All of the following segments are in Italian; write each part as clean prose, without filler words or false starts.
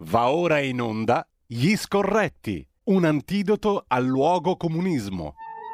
Va ora in onda Gli Scorretti, un antidoto al luogo comunismo.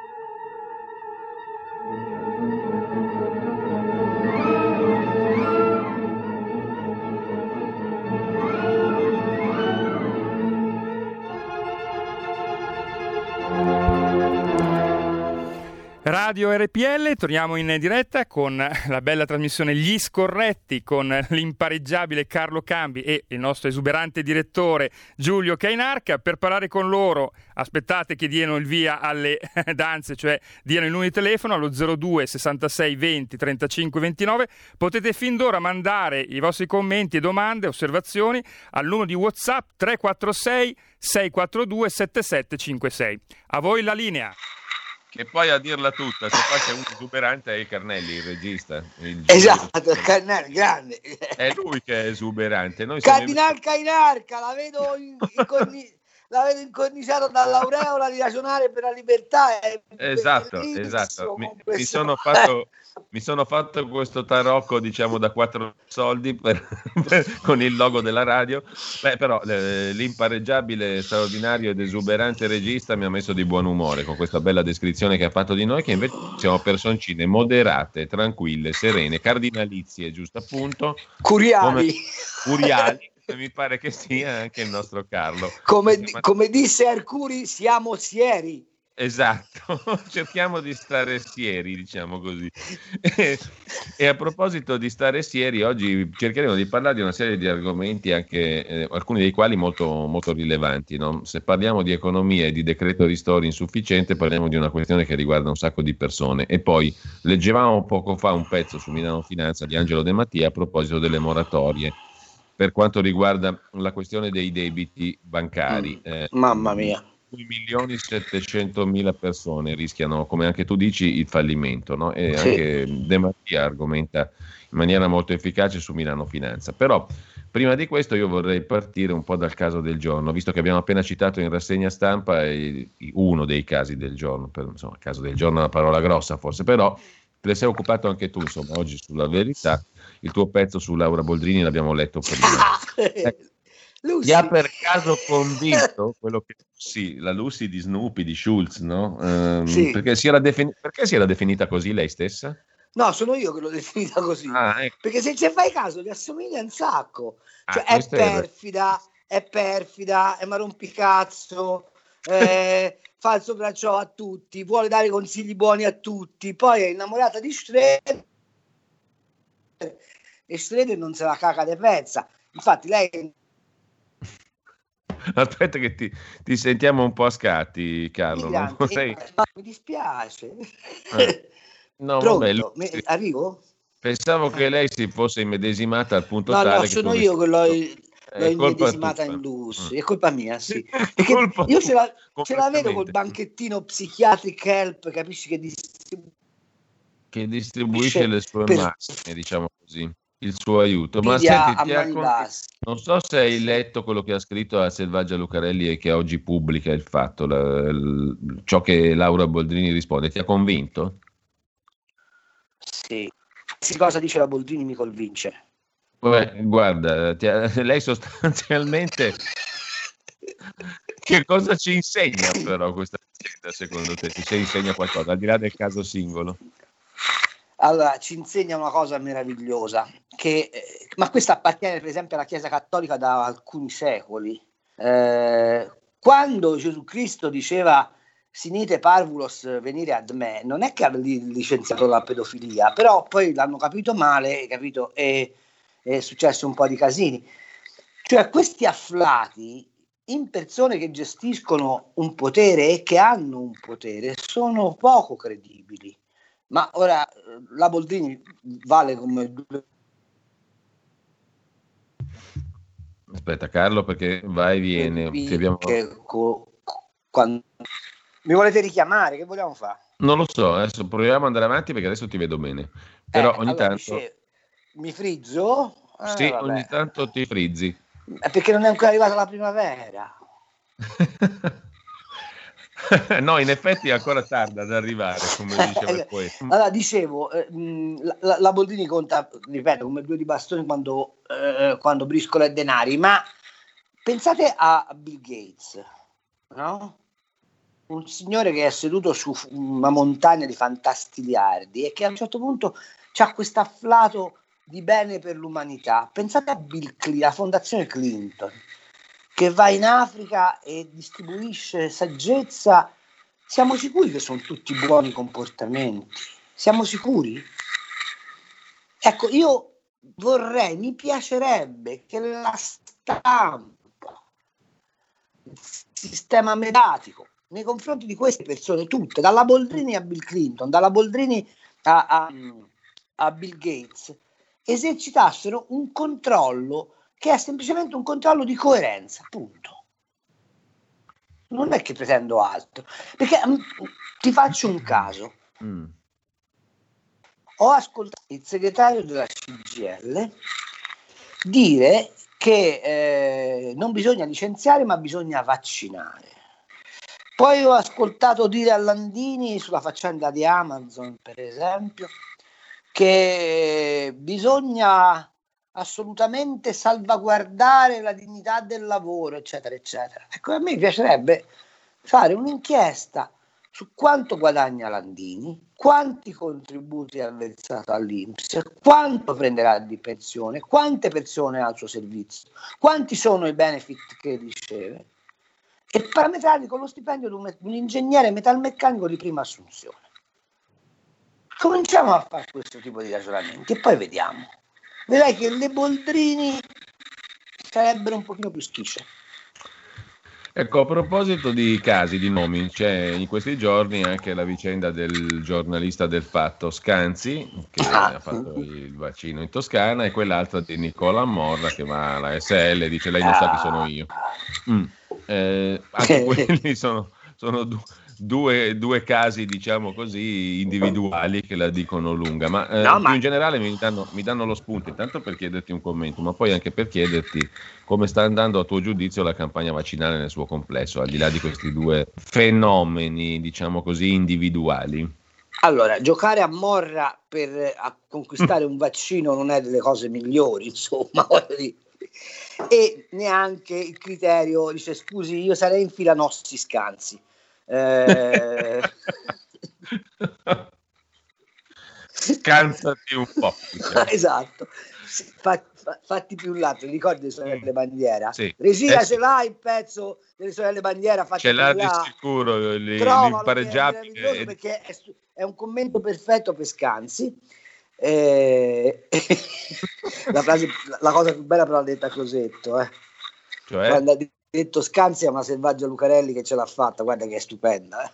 Radio RPL, torniamo in diretta con la bella trasmissione Gli Scorretti con l'impareggiabile Carlo Cambi e il nostro esuberante direttore Giulio Cainarca. Per parlare con loro aspettate che diano il via alle danze, cioè diano il numero di telefono allo 02 66 20 35 29. Potete fin d'ora mandare i vostri commenti e domande, osservazioni al numero di WhatsApp 346 642 7756. A voi la linea. Che poi a dirla tutta, se fa c'è un esuberante è il Carnelli, il regista. Esatto, il Carnelli, grande. È lui che è esuberante. Noi Cardinal Cainarca, la vedo incorniciato dall'aureola di Ragionare per la Libertà. Esatto. Mi sono fatto questo tarocco, diciamo, da 4 soldi con il logo della radio. Beh, però l'impareggiabile, straordinario ed esuberante regista mi ha messo di buon umore con questa bella descrizione che ha fatto di noi, che invece siamo personcine moderate, tranquille, serene, cardinalizie, giusto appunto. Curiali. Mi pare che sia anche il nostro Carlo. Come disse Arcuri, siamo sieri. Esatto, cerchiamo di stare sieri, diciamo così. E a proposito di stare sieri, oggi cercheremo di parlare di una serie di argomenti, anche alcuni dei quali molto, molto rilevanti, no? Se parliamo di economia e di decreto ristori insufficiente, parliamo di una questione che riguarda un sacco di persone. E poi leggevamo poco fa un pezzo su Milano Finanza di Angelo De Mattia a proposito delle moratorie per quanto riguarda la questione dei debiti bancari. Mamma mia. 2.700.000 persone rischiano, come anche tu dici, il fallimento, no? E sì. Anche De Mattia argomenta in maniera molto efficace su Milano Finanza. Però prima di questo io vorrei partire un po' dal caso del giorno, visto che abbiamo appena citato in rassegna stampa uno dei casi del giorno. Insomma, caso del giorno è una parola grossa forse, però te ne sei occupato anche tu, insomma, oggi sulla Verità. Il tuo pezzo su Laura Boldrini l'abbiamo letto prima. Ti ha per caso convinto quello che la Lucy di Snoopy, di Schulz, no? Sì. Perché si era definita così lei stessa? No, sono io che l'ho definita così. Ecco. Perché se ci fai caso, gli assomiglia un sacco. Cioè, è perfida, è marompicazzo, fa il sopracciò a tutti, vuole dare consigli buoni a tutti, poi è innamorata di Schroeder e Schroeder non se la caga de pezza. Infatti lei... Aspetta che ti sentiamo un po' a scatti, Carlo. Mi dispiace. No, pronto? Arrivo? Pensavo che lei si fosse immedesimata al punto tale no, che sono io che l'ho immedesimata in Lucy. È colpa mia, sì. Perché io ce la vedo col banchettino Psychiatric Help, capisci, che distribuisce le sue massime, diciamo così, il suo aiuto. Ma senti, non so se hai letto quello che ha scritto a Selvaggia Lucarelli e che oggi pubblica il Fatto, ciò che Laura Boldrini risponde. Ti ha convinto? Sì. Cosa dice la Boldrini mi convince. Guarda, lei sostanzialmente che cosa ci insegna però questa vicenda, secondo te? Ci insegna qualcosa, al di là del caso singolo? Allora, ci insegna una cosa meravigliosa, ma questa appartiene per esempio alla Chiesa Cattolica da alcuni secoli. Quando Gesù Cristo diceva Sinite parvulos venire ad me, non è che ha licenziato la pedofilia, però poi l'hanno capito male, capito? E è successo un po' di casini. Cioè questi afflati in persone che gestiscono un potere e che hanno un potere sono poco credibili. Ma ora la Boldrini vale come... Aspetta Carlo, perché va e viene. Quando... Mi volete richiamare? Che vogliamo fare? Non lo so, adesso proviamo ad andare avanti perché adesso ti vedo bene. Però ogni tanto... Mi frizzo? Sì, vabbè. Ogni tanto ti frizzi. Perché non è ancora arrivata la primavera. No, in effetti è ancora tarda ad arrivare, come diceva il poeta. Allora, dicevo, la Boldrini conta, ripeto, come due di bastoni quando briscola e denari, ma Pensate a Bill Gates, no? Un signore che è seduto su una montagna di fantastiliardi e che a un certo punto ha questo afflato di bene per l'umanità. Pensate a la fondazione Clinton, che va in Africa e distribuisce saggezza. Siamo sicuri che sono tutti buoni comportamenti? Siamo sicuri? Ecco, io mi piacerebbe che la stampa, il sistema mediatico, nei confronti di queste persone tutte, dalla Boldrini a Bill Clinton, dalla Boldrini a Bill Gates, esercitassero un controllo che è semplicemente un controllo di coerenza, punto. Non è che pretendo altro, perché ti faccio un caso. Ho ascoltato il segretario della CGIL dire che non bisogna licenziare ma bisogna vaccinare. Poi ho ascoltato dire a Landini sulla faccenda di Amazon, per esempio, che bisogna assolutamente salvaguardare la dignità del lavoro, eccetera, eccetera. Ecco, a me piacerebbe fare un'inchiesta su quanto guadagna Landini, quanti contributi ha versato all'INPS, quanto prenderà di pensione, quante persone ha al suo servizio, quanti sono i benefit che riceve, e parametrarli con lo stipendio di un ingegnere metalmeccanico di prima assunzione. Cominciamo a fare questo tipo di ragionamenti e poi vediamo. Vedrai che le Boldrini sarebbero un pochino più schisce. Ecco, a proposito di casi, di nomi, c'è in questi giorni anche la vicenda del giornalista del Fatto Scanzi, che ha fatto il vaccino in Toscana, e quell'altra di Nicola Morra che va alla SL e dice lei non sa chi sono io. Anche quelli sono due casi, diciamo così, individuali che la dicono lunga, ma più in generale mi danno lo spunto, intanto per chiederti un commento, ma poi anche per chiederti come sta andando a tuo giudizio la campagna vaccinale nel suo complesso, al di là di questi due fenomeni, diciamo così, individuali. Allora, giocare a Morra per conquistare un vaccino non è delle cose migliori, insomma, e neanche il criterio, dice scusi, io sarei in fila nostri Scanzi. Scansati un po', diciamo. Esatto, fatti più in là. Ti ricordi le sorelle Bandiera? Sì. Regia, ce l'hai il pezzo delle sorelle Bandiera? Fatti ce l'ha più di là. sicuro l'impareggiabile, perché è un commento perfetto per Scanzi. La cosa più bella però l'ha detta Crosetto, cioè? Quando ha detto Scanzi è una selvaggia Lucarelli che ce l'ha fatta, guarda che è stupenda.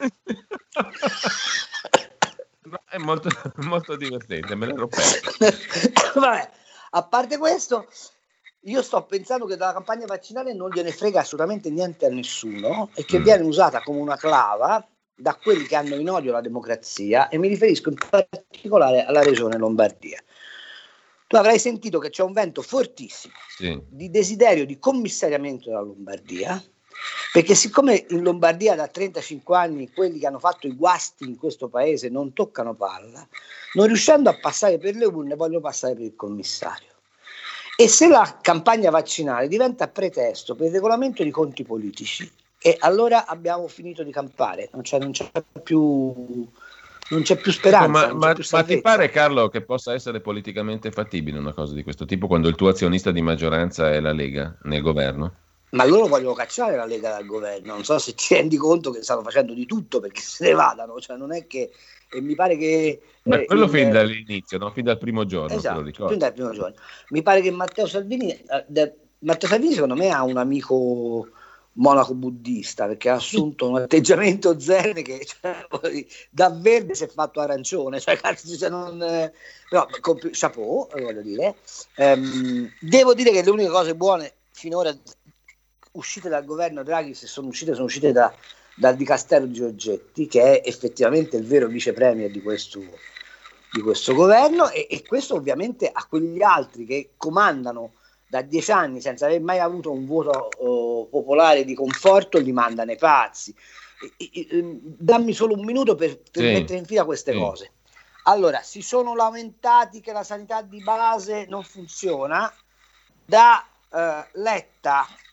È molto, molto divertente, me l'ero perso. Vabbè, a parte questo, io sto pensando che dalla campagna vaccinale non gliene frega assolutamente niente a nessuno e che viene usata come una clava da quelli che hanno in odio la democrazia, e mi riferisco in particolare alla regione Lombardia. Tu avrai sentito che c'è un vento fortissimo di desiderio di commissariamento della Lombardia, perché siccome in Lombardia da 35 anni quelli che hanno fatto i guasti in questo paese non toccano palla, non riuscendo a passare per le urne vogliono passare per il commissario. E se la campagna vaccinale diventa pretesto per il regolamento di conti politici, e allora abbiamo finito di campare, non c'è più speranza. Ma ti pare, Carlo, che possa essere politicamente fattibile una cosa di questo tipo quando il tuo azionista di maggioranza è la Lega nel governo? Ma loro vogliono cacciare la Lega dal governo, non so se ti rendi conto che stanno facendo di tutto perché se ne vadano, cioè non è che, e mi pare che quello fin dall'inizio, no? Fin dal primo giorno, esatto, te lo ricordo. fin dal primo giorno. Mi pare che Matteo Salvini secondo me ha un amico monaco buddista, perché ha assunto un atteggiamento zen che da verde si è fatto arancione, però chapeau, voglio dire. Devo dire che le uniche cose buone finora uscite dal governo Draghi, se sono uscite dal Dicastero di Giorgetti, che è effettivamente il vero vice premier di questo governo, e questo ovviamente a quegli altri che comandano da 10 anni senza aver mai avuto un voto popolare di conforto li manda nei pazzi. Dammi solo un minuto per mettere in fila queste cose. Allora, si sono lamentati che la sanità di base non funziona, da Letta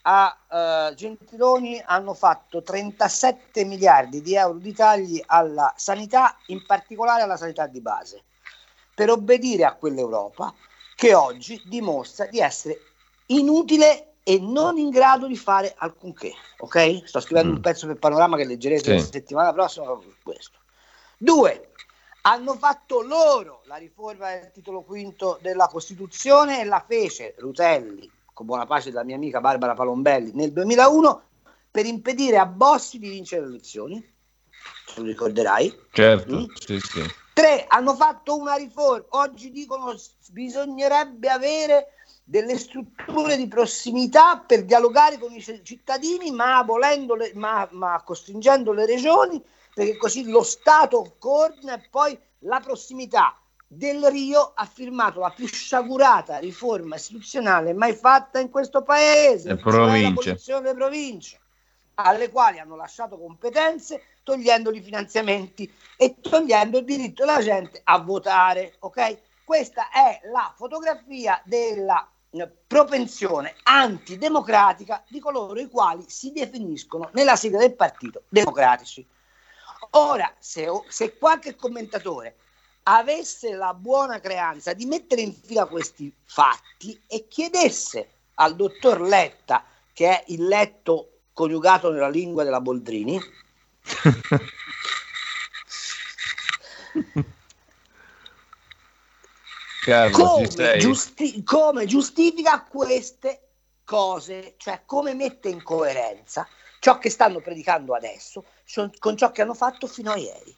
a Gentiloni hanno fatto 37 miliardi di euro di tagli alla sanità, in particolare alla sanità di base, per obbedire a quell'Europa che oggi dimostra di essere inutile e non in grado di fare alcunché. Ok? Sto scrivendo un pezzo per Panorama che leggerete la settimana prossima proprio su questo. 2. Hanno fatto loro la riforma del titolo quinto della Costituzione e la fece Rutelli, con buona pace della mia amica Barbara Palombelli, nel 2001 per impedire a Bossi di vincere le elezioni. Te lo ricorderai? Certo, sì. 3. Hanno fatto una riforma. Oggi dicono bisognerebbe avere delle strutture di prossimità per dialogare con i cittadini, ma costringendo le regioni, perché così lo Stato coordina. E poi la prossimità. Del Rio ha firmato la più sciagurata riforma istituzionale mai fatta in questo paese, cioè l'abolizione delle province, alle quali hanno lasciato competenze, togliendoli finanziamenti e togliendo il diritto della gente a votare. Ok? Questa è la fotografia della propensione antidemocratica di coloro i quali si definiscono nella sigla del partito democratici. Ora, se qualche commentatore avesse la buona creanza di mettere in fila questi fatti e chiedesse al dottor Letta, che è il letto coniugato nella lingua della Boldrini, Carlo, come giustifica queste cose, cioè come mette in coerenza ciò che stanno predicando adesso con ciò che hanno fatto fino a ieri.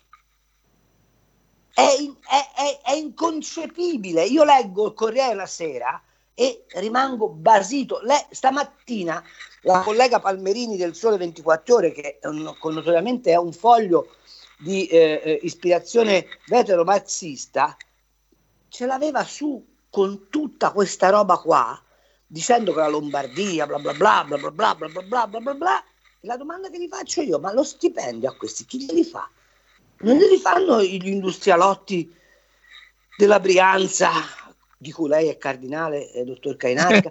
È inconcepibile. Io leggo il Corriere la Sera e rimango basito. Stamattina la collega Palmerini del Sole 24 Ore, che notoriamente è un foglio di ispirazione vetero-marxista, ce l'aveva su con tutta questa roba qua, dicendo che la Lombardia bla bla bla bla bla bla bla bla bla bla bla. E la domanda che gli faccio io: ma lo stipendio a questi chi glieli fa? Non li fanno gli industrialotti della Brianza, di cui lei è cardinale, dottor Cainarca?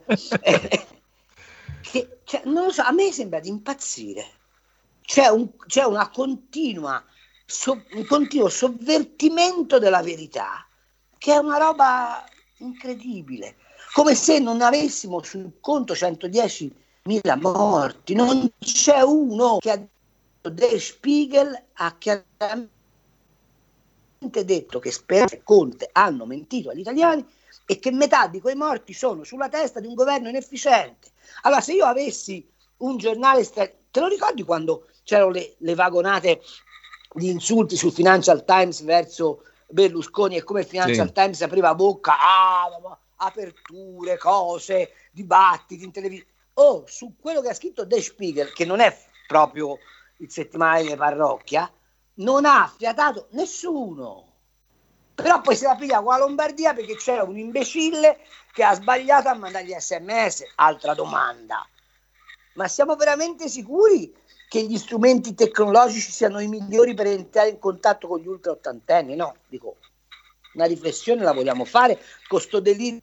Non lo so, a me sembra di impazzire. C'è un continuo sovvertimento della verità, che è una roba incredibile. Come se non avessimo sul conto 110.000 morti. Non c'è uno che ha detto. Der Spiegel ha chiaramente detto che Speranza e Conte hanno mentito agli italiani e che metà di quei morti sono sulla testa di un governo inefficiente. Allora, se io avessi un giornale, te lo ricordi quando c'erano le vagonate di insulti sul Financial Times verso Berlusconi e come il Financial Times apriva bocca, aperture, cose, dibattiti in televisione. Su quello che ha scritto Der Spiegel, che non è proprio il settimanale di parrocchia, non ha fiatato nessuno. Però poi se la piglia con la Lombardia perché c'era un imbecille che ha sbagliato a mandare gli SMS. Altra domanda: ma siamo veramente sicuri che gli strumenti tecnologici siano i migliori per entrare in contatto con gli ultra ottantenni? No, dico, una riflessione la vogliamo fare con sto delirio.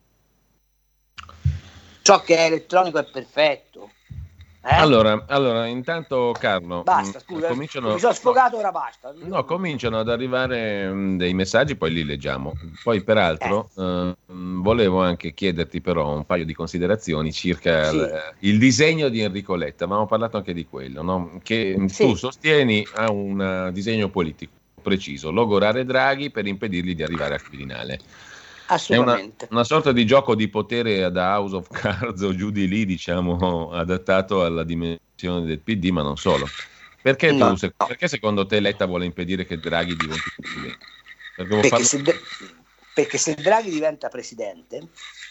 Ciò che è elettronico è perfetto. Allora, intanto Carlo, basta, scusa, mi sono sfogato, ora basta. No, cominciano ad arrivare dei messaggi, poi li leggiamo. Poi peraltro volevo anche chiederti però un paio di considerazioni circa il disegno di Enrico Letta. Avevamo parlato anche di quello, no? Che tu sostieni ha un disegno politico preciso: logorare Draghi per impedirgli di arrivare al Quirinale. Assolutamente. È una sorta di gioco di potere da House of Cards o giù di lì, diciamo, adattato alla dimensione del PD, ma non solo. Perché perché secondo te Letta vuole impedire che Draghi diventi presidente? Perché se Draghi diventa presidente,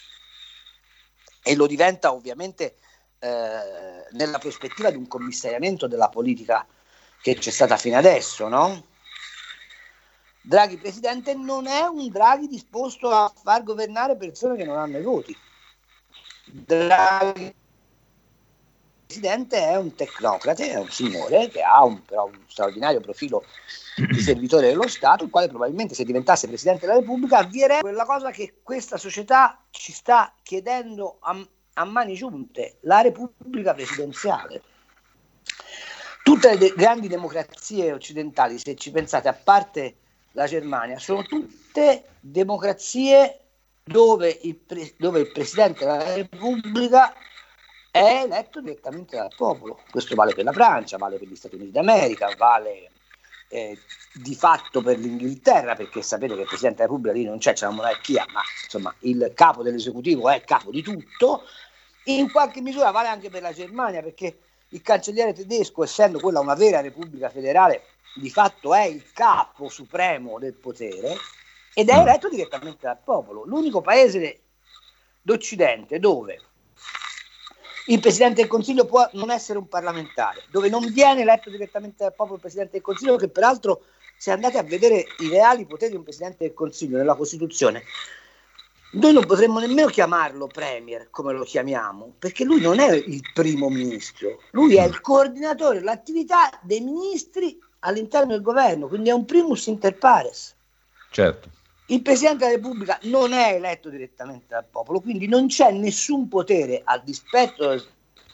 e lo diventa ovviamente nella prospettiva di un commissariamento della politica che c'è stata fino adesso, no? Draghi presidente non è un Draghi disposto a far governare persone che non hanno i voti. Draghi presidente è un tecnocrate, è un signore che ha però un straordinario profilo di servitore dello Stato, il quale probabilmente, se diventasse presidente della Repubblica, avvierebbe quella cosa che questa società ci sta chiedendo a mani giunte la Repubblica presidenziale. Tutte le grandi democrazie occidentali, se ci pensate, a parte la Germania, sono tutte democrazie dove il Presidente della Repubblica è eletto direttamente dal popolo. Questo vale per la Francia, vale per gli Stati Uniti d'America, vale di fatto per l'Inghilterra, perché sapete che il Presidente della Repubblica lì non c'è la monarchia, ma insomma il capo dell'esecutivo è capo di tutto. In qualche misura vale anche per la Germania, perché il cancelliere tedesco, essendo quella una vera repubblica federale, di fatto è il capo supremo del potere ed è eletto direttamente dal popolo. L'unico paese d'Occidente dove il Presidente del Consiglio può non essere un parlamentare, dove non viene eletto direttamente dal popolo il Presidente del Consiglio, che peraltro, se andate a vedere i reali poteri di un Presidente del Consiglio nella Costituzione, noi non potremmo nemmeno chiamarlo premier come lo chiamiamo, perché lui non è il primo ministro, lui è il coordinatore dell'attività dei ministri all'interno del governo, quindi è un primus inter pares. Certo. Il Presidente della Repubblica non è eletto direttamente dal popolo, quindi non c'è nessun potere, al dispetto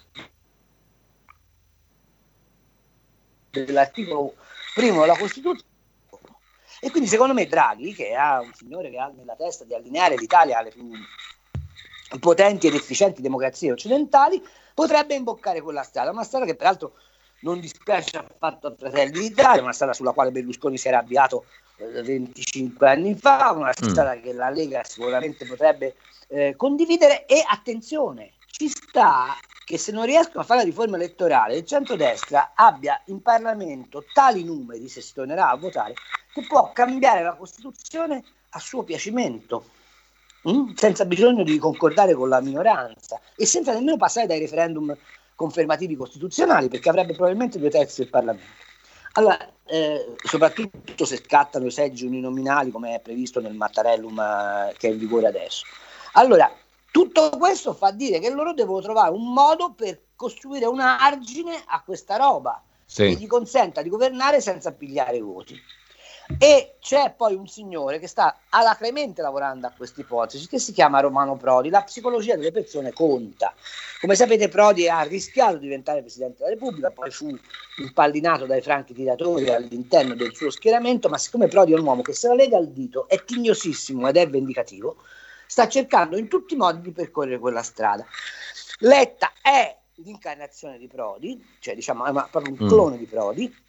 dell'articolo primo della Costituzione. E quindi secondo me Draghi, che è un signore che ha nella testa di allineare l'Italia alle più potenti ed efficienti democrazie occidentali, potrebbe imboccare quella strada, una strada che peraltro non dispiace affatto a Fratelli d'Italia, una strada sulla quale Berlusconi si era avviato 25 anni fa, una strada che la Lega sicuramente potrebbe condividere. E attenzione, ci sta che se non riescono a fare la riforma elettorale il centrodestra abbia in Parlamento tali numeri, se si tornerà a votare, che può cambiare la Costituzione a suo piacimento, senza bisogno di concordare con la minoranza e senza nemmeno passare dai referendum confermativi costituzionali, perché avrebbe probabilmente 2/3 del Parlamento. Allora, soprattutto se scattano i seggi uninominali come è previsto nel Mattarellum che è in vigore adesso. Allora, tutto questo fa dire che loro devono trovare un modo per costruire un argine a questa roba che gli consenta di governare senza pigliare voti. E c'è poi un signore che sta alacremente lavorando a questa ipotesi, che si chiama Romano Prodi. La psicologia delle persone conta. Come sapete, Prodi ha rischiato di diventare Presidente della Repubblica, poi fu impallinato dai franchi tiratori all'interno del suo schieramento, ma siccome Prodi è un uomo che se la lega al dito, è tignosissimo ed è vendicativo, sta cercando in tutti i modi di percorrere quella strada. Letta è l'incarnazione di Prodi, cioè diciamo è proprio un clone di Prodi.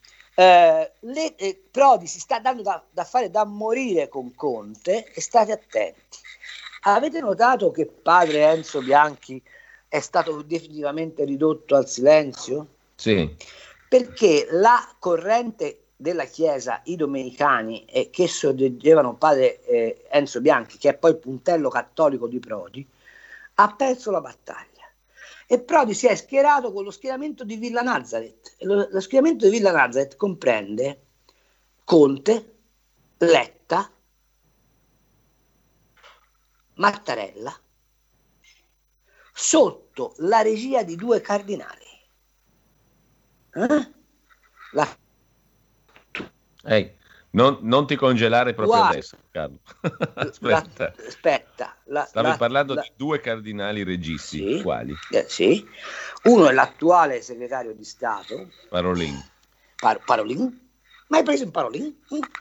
Prodi si sta dando da fare da morire con Conte, e state attenti. Avete notato che padre Enzo Bianchi è stato definitivamente ridotto al silenzio? Sì. Perché la corrente della Chiesa, i domenicani, che sorreggevano padre Enzo Bianchi, che è poi il puntello cattolico di Prodi, ha perso la battaglia. E Prodi si è schierato con lo schieramento di Villa Nazareth. E lo schieramento di Villa Nazareth comprende Conte, Letta, Mattarella, sotto la regia di 2 cardinali. Non ti congelare proprio adesso, Carlo. Aspetta. Stavi parlando di 2 cardinali registi, sì, quali? Sì. Uno è l'attuale segretario di Stato, Parolin. Parolin? Ma hai preso in Parolin?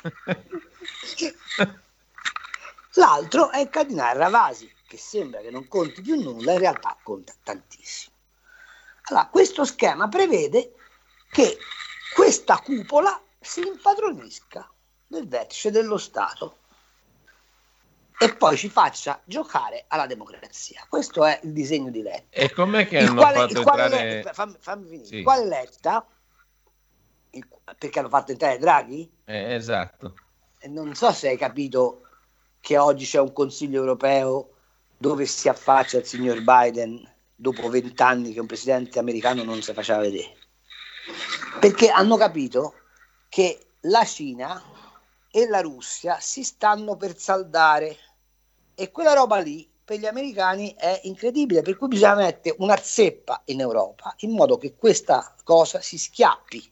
L'altro è il cardinale Ravasi, che sembra che non conti più nulla, in realtà conta tantissimo. Allora, questo schema prevede che questa cupola si impadronisca del vertice dello Stato e poi ci faccia giocare alla democrazia. Questo è il disegno di Letta. E com'è che hanno fatto entrare... Fammi finire. Sì. Quale Letta? Perché hanno fatto entrare Draghi? Esatto. E non so se hai capito che oggi c'è un Consiglio europeo dove si affaccia il signor Biden dopo 20 anni che un presidente americano non si faceva vedere. Perché hanno capito che la Cina e la Russia si stanno per saldare e quella roba lì per gli americani è incredibile, per cui bisogna mettere una zeppa in Europa in modo che questa cosa si schiappi.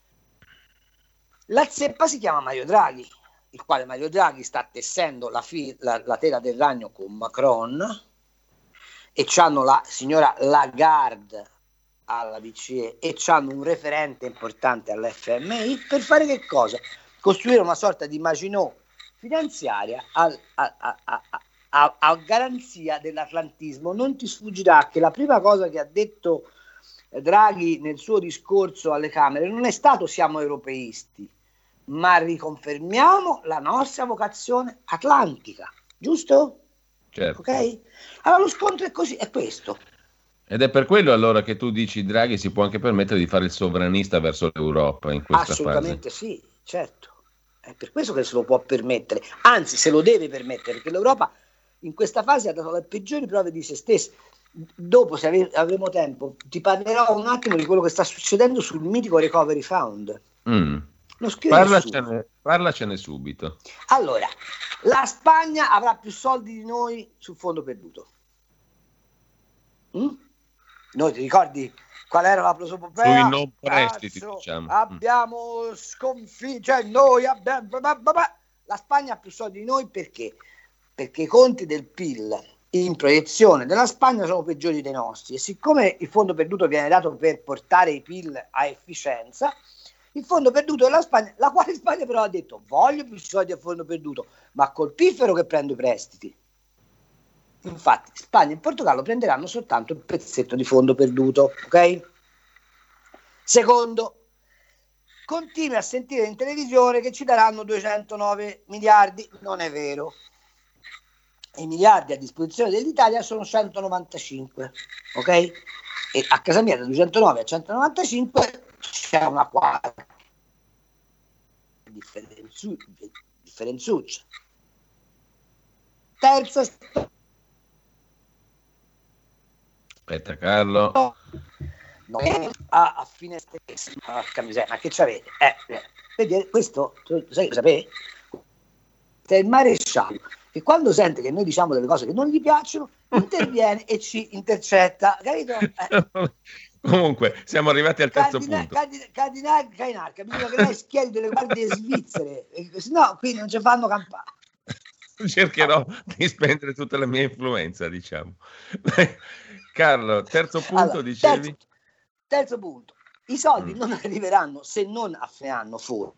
La zeppa si chiama Mario Draghi, il quale Mario Draghi sta tessendo la tela del ragno con Macron e c'hanno la signora Lagarde alla BCE e c'hanno un referente importante all'FMI, per fare che cosa? Costruire una sorta di Maginot finanziaria a garanzia dell'atlantismo. Non ti sfuggirà che la prima cosa che ha detto Draghi nel suo discorso alle Camere non è stato siamo europeisti, ma riconfermiamo la nostra vocazione atlantica, giusto? Certo. Ok? Allora lo scontro è così, è questo. Ed è per quello allora che tu dici Draghi si può anche permettere di fare il sovranista verso l'Europa in questa Assolutamente fase. sì, certo. È per questo che se lo può permettere, anzi se lo deve permettere, perché l'Europa in questa fase ha dato le peggiori prove di se stessa. Dopo, se avremo tempo, ti parlerò un attimo di quello che sta succedendo sul mitico Recovery Fund. Lo scrivo Parlacene subito. Allora, la Spagna avrà più soldi di noi sul fondo perduto. Noi ti ricordi qual era la prosopopea? Sui non prestiti, diciamo. Abbiamo sconfitto, cioè noi abbiamo... La Spagna ha più soldi di noi perché? Perché i conti del PIL in proiezione della Spagna sono peggiori dei nostri, e siccome il fondo perduto viene dato per portare i PIL a efficienza, il fondo perduto della Spagna, la quale Spagna però ha detto voglio più soldi a fondo perduto, ma col piffero che prendo i prestiti. Infatti Spagna e Portogallo prenderanno soltanto il pezzetto di fondo perduto, ok? Secondo, continui a sentire in televisione che ci daranno 209 miliardi, non è vero. I miliardi a disposizione dell'Italia sono 195, ok? E a casa mia da 209 a 195 c'è una quarta differenzuccia. Terza, aspetta Carlo, a fine stessa, ma che c'avete? Vedi, questo tu sai che sapevi? È il maresciallo che quando sente che noi diciamo delle cose che non gli piacciono interviene e ci intercetta, capito? Comunque siamo arrivati al terzo punto. Cardinale Cainarca, bisogna che lei schieri delle guardie svizzere, no, qui non ci fanno campare. Cercherò di spendere tutta la mia influenza, diciamo. Carlo, terzo punto, allora, dicevi? Terzo punto, i soldi non arriveranno se non a fine anno fuori.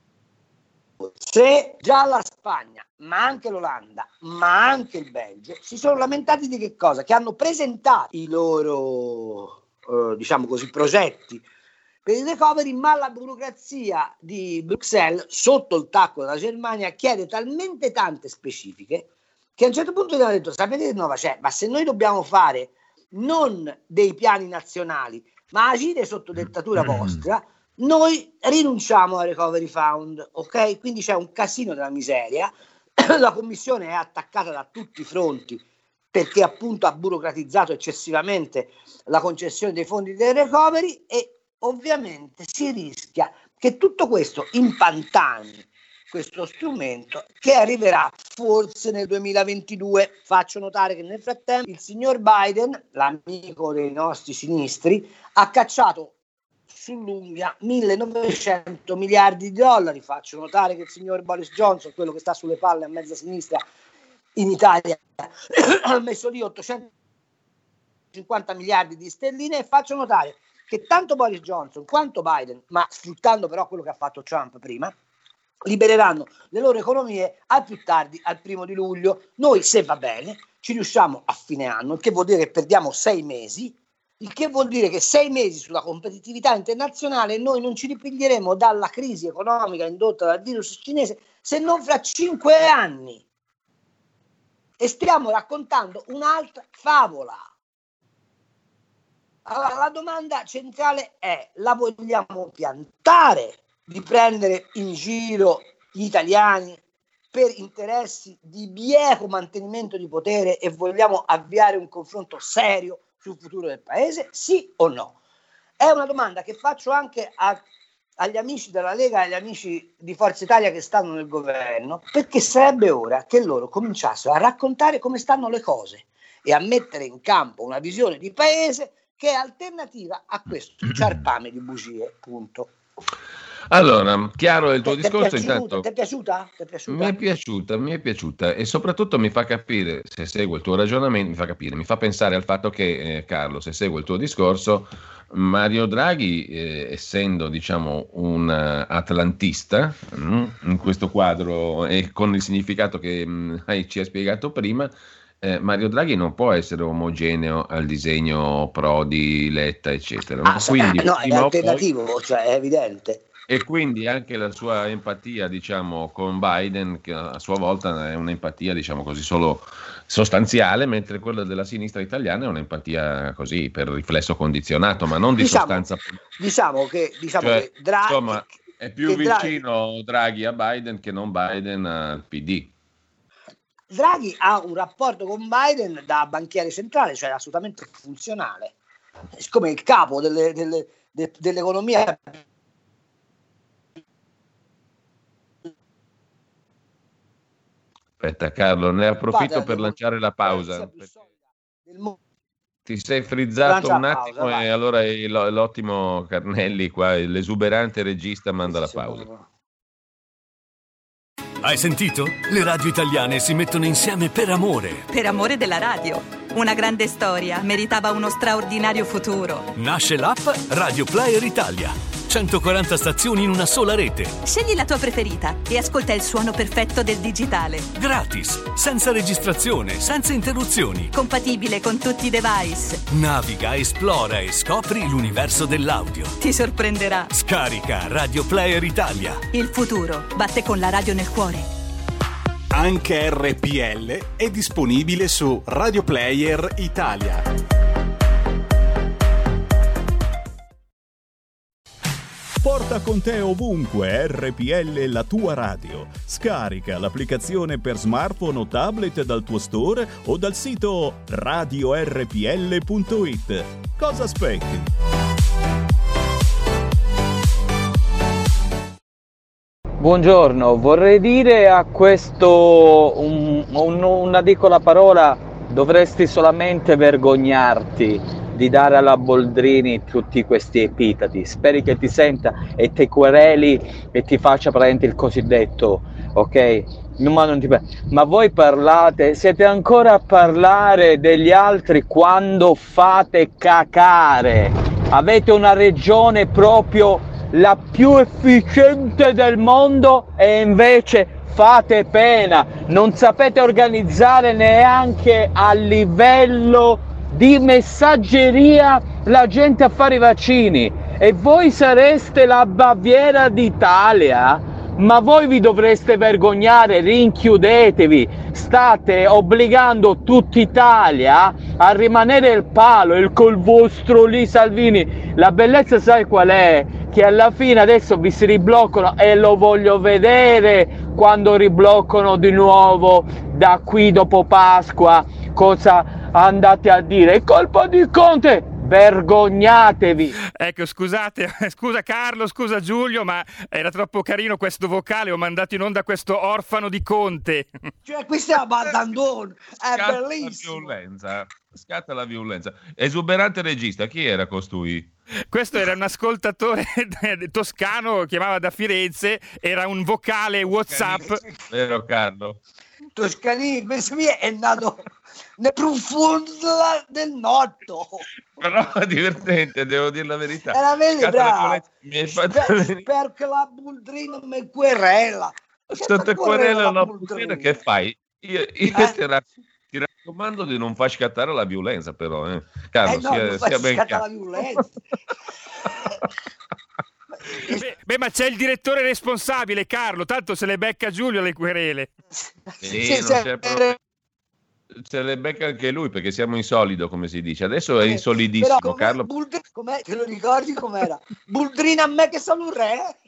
Se già la Spagna, ma anche l'Olanda, ma anche il Belgio si sono lamentati di che cosa? Che hanno presentato i loro diciamo così progetti per il recovery, ma la burocrazia di Bruxelles sotto il tacco della Germania chiede talmente tante specifiche che a un certo punto gli hanno detto sapete che nuova c'è? Ma se noi dobbiamo fare non dei piani nazionali ma agire sotto dettatura vostra, noi rinunciamo al Recovery Fund, ok? Quindi c'è un casino della miseria, la Commissione è attaccata da tutti i fronti perché appunto ha burocratizzato eccessivamente la concessione dei fondi del recovery e ovviamente si rischia che tutto questo impantani questo strumento che arriverà forse nel 2022. Faccio notare che nel frattempo il signor Biden, l'amico dei nostri sinistri, ha cacciato sull'unghia 1.900 miliardi di dollari. Faccio notare che il signor Boris Johnson, quello che sta sulle palle a mezza sinistra in Italia, ha messo lì 850 miliardi di sterline, e faccio notare che tanto Boris Johnson quanto Biden, ma sfruttando però quello che ha fatto Trump prima, libereranno le loro economie al più tardi al 1° luglio. Noi, se va bene, ci riusciamo a fine anno, il che vuol dire che perdiamo 6 mesi, il che vuol dire che 6 mesi sulla competitività internazionale noi non ci ripiglieremo dalla crisi economica indotta dal virus cinese se non fra 5 anni. E stiamo raccontando un'altra favola. Allora, la domanda centrale è: la vogliamo piantare di prendere in giro gli italiani per interessi di bieco mantenimento di potere e vogliamo avviare un confronto serio sul futuro del paese? Sì o no? È una domanda che faccio anche agli amici della Lega e agli amici di Forza Italia che stanno nel governo, perché sarebbe ora che loro cominciassero a raccontare come stanno le cose e a mettere in campo una visione di paese che è alternativa a questo ciarpame di bugie, punto. Allora, chiaro il tuo discorso. Intanto ti è piaciuta? Mi è piaciuta e soprattutto mi fa capire, se seguo il tuo ragionamento, mi fa pensare al fatto che, Carlo, se seguo il tuo discorso, Mario Draghi, essendo diciamo un atlantista, in questo quadro e con il significato che ci hai spiegato prima, Mario Draghi non può essere omogeneo al disegno Prodi, Letta, eccetera. No? Quindi, no, è alternativo, cioè è evidente. E quindi anche la sua empatia, diciamo, con Biden, che a sua volta è un'empatia, diciamo così, solo sostanziale, mentre quella della sinistra italiana è un'empatia così per riflesso condizionato, ma non di sostanza. Diciamo che Draghi, insomma, è più vicino Draghi a Biden che non Biden al PD. Draghi ha un rapporto con Biden da banchiere centrale, cioè assolutamente funzionale, come il capo dell'economia. Aspetta Carlo, ne approfitto per lanciare la pausa. Ti sei frizzato un attimo e allora l'ottimo Carnelli qua, l'esuberante regista, manda la pausa. Hai sentito? Le radio italiane si mettono insieme per amore. Per amore della radio. Una grande storia meritava uno straordinario futuro. Nasce l'app Radio Player Italia. 140 stazioni in una sola rete. Scegli la tua preferita e ascolta il suono perfetto del digitale. Gratis, senza registrazione, senza interruzioni. Compatibile con tutti i device. Naviga, esplora e scopri l'universo dell'audio. Ti sorprenderà. Scarica Radio Player Italia. Il futuro batte con la radio nel cuore. Anche RPL è disponibile su Radio Player Italia. Porta con te ovunque RPL, la tua radio. Scarica l'applicazione per smartphone o tablet dal tuo store o dal sito radiorpl.it. Cosa aspetti? Buongiorno, vorrei dire a questo una piccola parola: dovresti solamente vergognarti di dare alla Boldrini tutti questi epiteti. Speri che ti senta e ti quereli e ti faccia praticamente il cosiddetto, ok? Ma voi parlate, siete ancora a parlare degli altri quando fate cacare. Avete una regione proprio la più efficiente del mondo e invece fate pena. Non sapete organizzare neanche a livello di messaggeria la gente a fare i vaccini, e voi sareste la Baviera d'Italia? Ma voi vi dovreste vergognare, rinchiudetevi, state obbligando tutta Italia a rimanere il palo, col vostro lì Salvini. La bellezza sai qual è? Che alla fine adesso vi si ribloccano, e lo voglio vedere quando ribloccano di nuovo da qui dopo Pasqua. Cosa andate a dire? È colpa di Conte! Vergognatevi! Ecco, scusate, scusa Carlo, scusa Giulio, ma era troppo carino questo vocale, ho mandato in onda questo orfano di Conte. Cioè, questo è Abandon, è bellissimo. Scatta la violenza. Esuberante regista, chi era costui? Questo era un ascoltatore toscano, chiamava da Firenze, era un vocale WhatsApp. Vero Carlo? Toscani, è nato nel profondo del notto. Però è divertente, devo dire la verità. Era meglio, bravo. Perché la Boldrini mi querela. Sotto querela una Boldrini, che fai? Io ti raccomando di non far scattare la violenza, però. Carlo, sia ben chiaro. La violenza. Beh, ma c'è il direttore responsabile, Carlo, tanto se le becca Giulio le querele. Se le becca anche lui, perché siamo in solido, come si dice. Adesso è in solidissimo, però Carlo. Com'è? Te lo ricordi com'era? Boldrini a me che sono un re?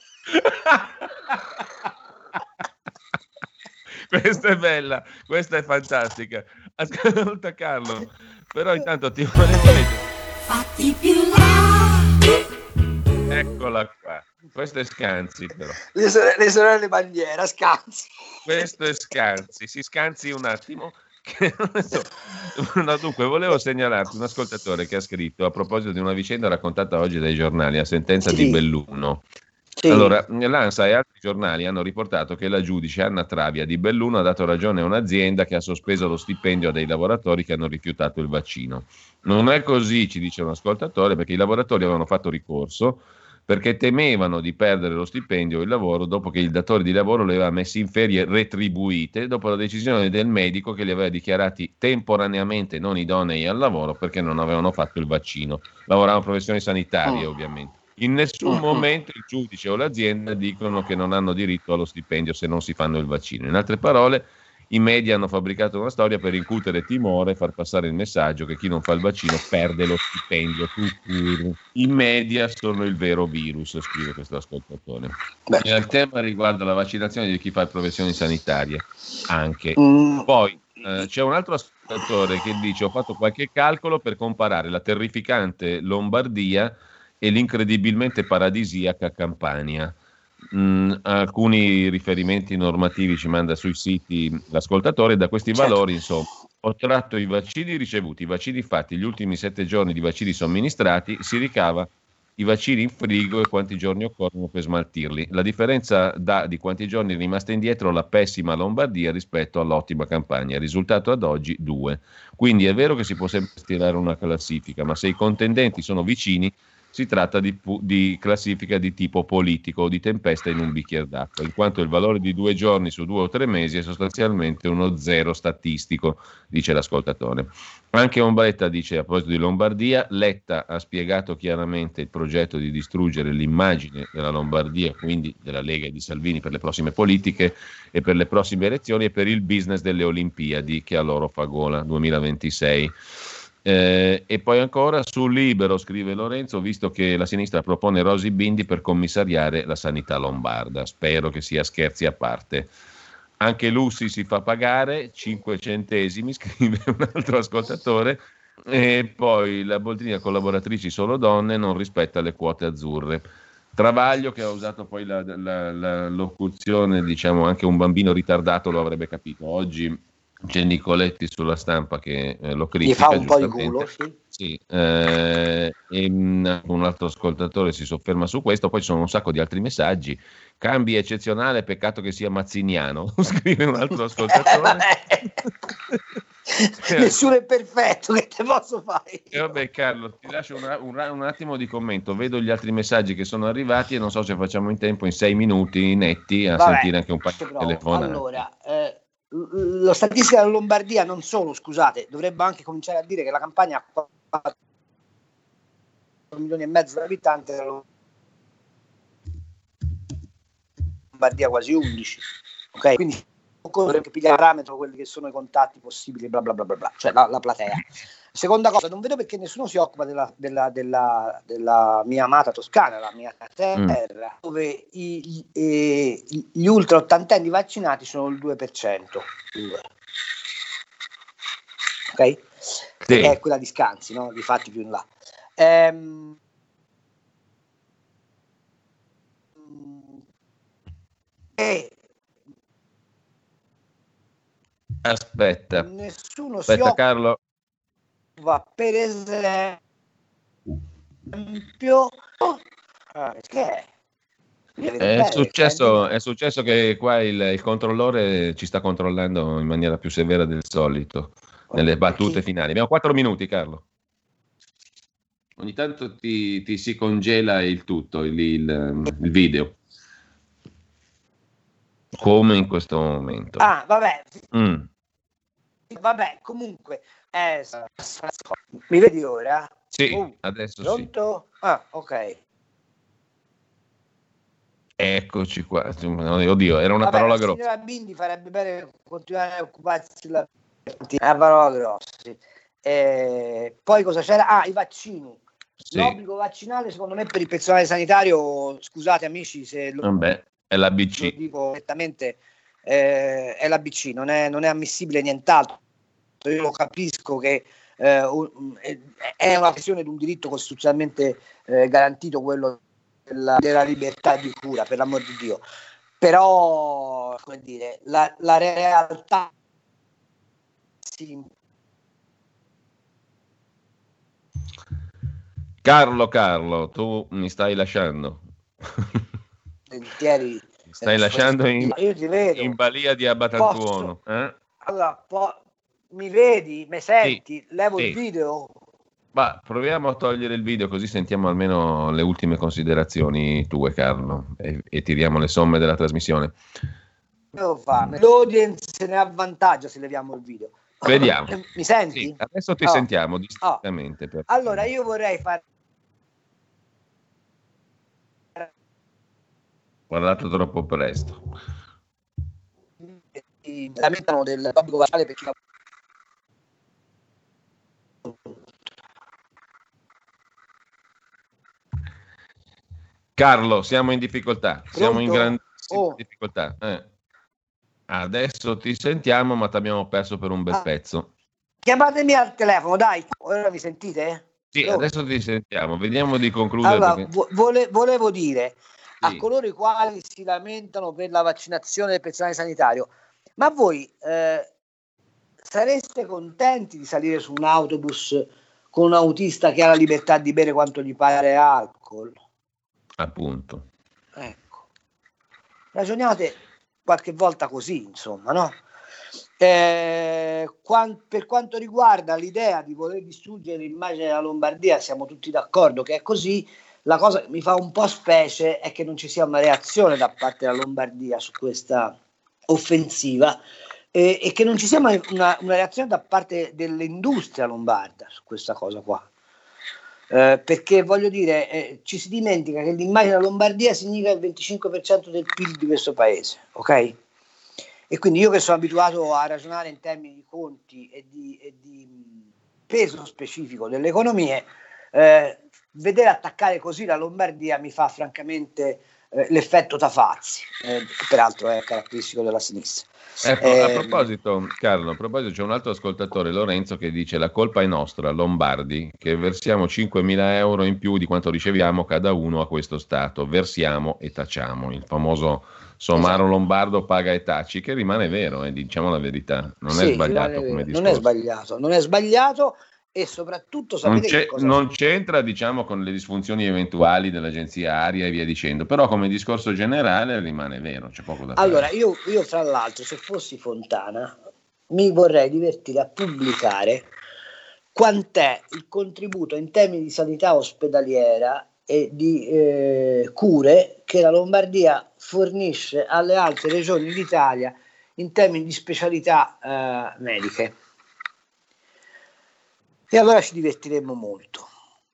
Questa è bella, questa è fantastica. Ascolta Carlo, però intanto ti volevo dire. Fatti più là. Eccola qua. Questo è Scanzi, però. Le sorelle Bandiera, Scanzi. Questo è Scanzi. Si scanzi un attimo. No, dunque, volevo segnalarti un ascoltatore che ha scritto a proposito di una vicenda raccontata oggi dai giornali, a sentenza di Belluno. Sì. Allora, l'ANSA e altri giornali hanno riportato che la giudice Anna Travia di Belluno ha dato ragione a un'azienda che ha sospeso lo stipendio dei lavoratori che hanno rifiutato il vaccino. Non è così, ci dice un ascoltatore, perché i lavoratori avevano fatto ricorso perché temevano di perdere lo stipendio o il lavoro dopo che il datore di lavoro li aveva messi in ferie retribuite dopo la decisione del medico che li aveva dichiarati temporaneamente non idonei al lavoro perché non avevano fatto il vaccino. Lavoravano professioni sanitarie, ovviamente. In nessun momento il giudice o l'azienda dicono che non hanno diritto allo stipendio se non si fanno il vaccino. In altre parole, i media hanno fabbricato una storia per incutere timore e far passare il messaggio che chi non fa il vaccino perde lo stipendio. I media sono il vero virus, scrive questo ascoltatore. Il tema riguarda la vaccinazione di chi fa professioni sanitarie anche. Poi c'è un altro ascoltatore che dice: ho fatto qualche calcolo per comparare la terrificante Lombardia e l'incredibilmente paradisiaca Campania. Alcuni riferimenti normativi ci manda sui siti l'ascoltatore. Da questi valori, insomma, ho tratto i vaccini ricevuti, i vaccini fatti, gli ultimi 7 giorni di vaccini somministrati, si ricava i vaccini in frigo e quanti giorni occorrono per smaltirli. La differenza dà di quanti giorni è rimasta indietro la pessima Lombardia rispetto all'ottima Campania. Il risultato ad oggi 2. Quindi è vero che si può sempre stilare una classifica, ma se i contendenti sono vicini si tratta di classifica di tipo politico o di tempesta in un bicchiere d'acqua, in quanto il valore di 2 giorni su 2 o 3 mesi è sostanzialmente uno zero statistico, dice l'ascoltatore. Anche Ombretta dice, a proposito di Lombardia, Letta ha spiegato chiaramente il progetto di distruggere l'immagine della Lombardia, quindi della Lega e di Salvini, per le prossime politiche e per le prossime elezioni e per il business delle Olimpiadi che a loro fa gola 2026. E poi ancora sul Libero, scrive Lorenzo, visto che la sinistra propone Rosy Bindi per commissariare la sanità lombarda, spero che sia scherzi a parte. Anche Lussi si fa pagare 5 centesimi, scrive un altro ascoltatore, e poi la Boldrini collaboratrici solo donne, non rispetta le quote azzurre. Travaglio, che ha usato poi la locuzione, diciamo anche un bambino ritardato lo avrebbe capito. Oggi c'è Nicoletti sulla Stampa che lo critica, gli fa un po' di culo, sì. E un altro ascoltatore si sofferma su questo. Poi ci sono un sacco di altri messaggi. Cambi eccezionale, peccato che sia mazziniano, scrive un altro ascoltatore. Nessuno è perfetto, che te posso fare? E vabbè, Carlo, ti lascio un attimo di commento. Vedo gli altri messaggi che sono arrivati e non so se facciamo in tempo in 6 minuti netti a sentire anche un paio di telefonate. Allora, lo statistica della Lombardia non solo, scusate, dovrebbe anche cominciare a dire che la Campania ha 4 milioni e mezzo di abitanti, la Lombardia quasi 11, ok? Quindi dovrebbe pigliare a parametro quelli che sono i contatti possibili, bla bla bla bla bla, cioè la platea. Seconda cosa, non vedo perché nessuno si occupa della mia amata Toscana, la mia terra, dove gli ultra ottantenni vaccinati sono il 2%. Ok? Sì. È quella di Scanzi, no? Difatti più in là. Aspetta, nessuno si occupa, Carlo. Per esempio, perché è successo che qua il controllore ci sta controllando in maniera più severa del solito nelle battute finali. Abbiamo 4 minuti, Carlo. Ogni tanto ti si congela il tutto, il video, come in questo momento. Vabbè, comunque mi vedi ora? Sì, adesso pronto? Sì. Ok. Eccoci qua. Oddio, era una parola grossa. La signora Bindi farebbe bene continuare a occuparsi della parola grossa, sì. Poi cosa c'era? I vaccini. Sì. L'obbligo vaccinale, secondo me, per il personale sanitario, scusate amici se è l'ABC. Lo dico direttamente, è l'ABC, non è ammissibile nient'altro. Io lo capisco che è una questione di un diritto costituzionalmente garantito, quello della libertà di cura, per l'amor di Dio, però come dire, la realtà Carlo, tu mi stai lasciando. volentieri. Stai lasciando Io ti vedo. in balia di Abatantuono. Allora, mi vedi, mi senti? Sì, Levo sì. il video? Ma proviamo a togliere il video così sentiamo almeno le ultime considerazioni tue, Carlo, e tiriamo le somme della trasmissione. Devo fare. L'audience se ne avvantaggia se leviamo il video. Vediamo. Mi senti? Sì, adesso ti sentiamo distintamente. Allora, io vorrei fare... Guardato troppo presto. Lamentano del pubblico vaciale perché... Carlo, siamo in difficoltà. Siamo in grandissima difficoltà. Adesso ti sentiamo, ma ti abbiamo perso per un bel pezzo. Chiamatemi al telefono, dai. Ora mi sentite? Sì, adesso ti sentiamo. Vediamo di concludere. Allora, volevo dire a coloro i quali si lamentano per la vaccinazione del personale sanitario, ma voi sareste contenti di salire su un autobus con un autista che ha la libertà di bere quanto gli pare alcol? Appunto. Ecco. Ragioniate qualche volta così, insomma, no? Per quanto riguarda l'idea di voler distruggere l'immagine della Lombardia, siamo tutti d'accordo che è così. La cosa che mi fa un po' specie è che non ci sia una reazione da parte della Lombardia su questa offensiva e che non ci sia una reazione da parte dell'industria lombarda su questa cosa qua. Perché voglio dire, ci si dimentica che l'immagine della Lombardia significa il 25% del PIL di questo paese, ok? E quindi io che sono abituato a ragionare in termini di conti e di peso specifico delle economie, vedere attaccare così la Lombardia mi fa francamente l'effetto Tafazzi, peraltro è caratteristico della sinistra. A proposito, Carlo, c'è un altro ascoltatore, Lorenzo, che dice: la colpa è nostra, lombardi, che versiamo 5.000 euro in più di quanto riceviamo cada uno a questo Stato. Versiamo e tacciamo. Il famoso somaro lombardo paga e taci, che rimane vero, diciamo la verità. Non è sbagliato come discorso. Non è sbagliato. E soprattutto sapete non c'entra, diciamo, con le disfunzioni eventuali dell'agenzia Aria e via dicendo, però come discorso generale rimane vero, c'è poco da fare. Allora io fra l'altro, se fossi Fontana, mi vorrei divertire a pubblicare quant'è il contributo in termini di sanità ospedaliera e di cure che la Lombardia fornisce alle altre regioni d'Italia in termini di specialità mediche. E allora ci divertiremmo molto.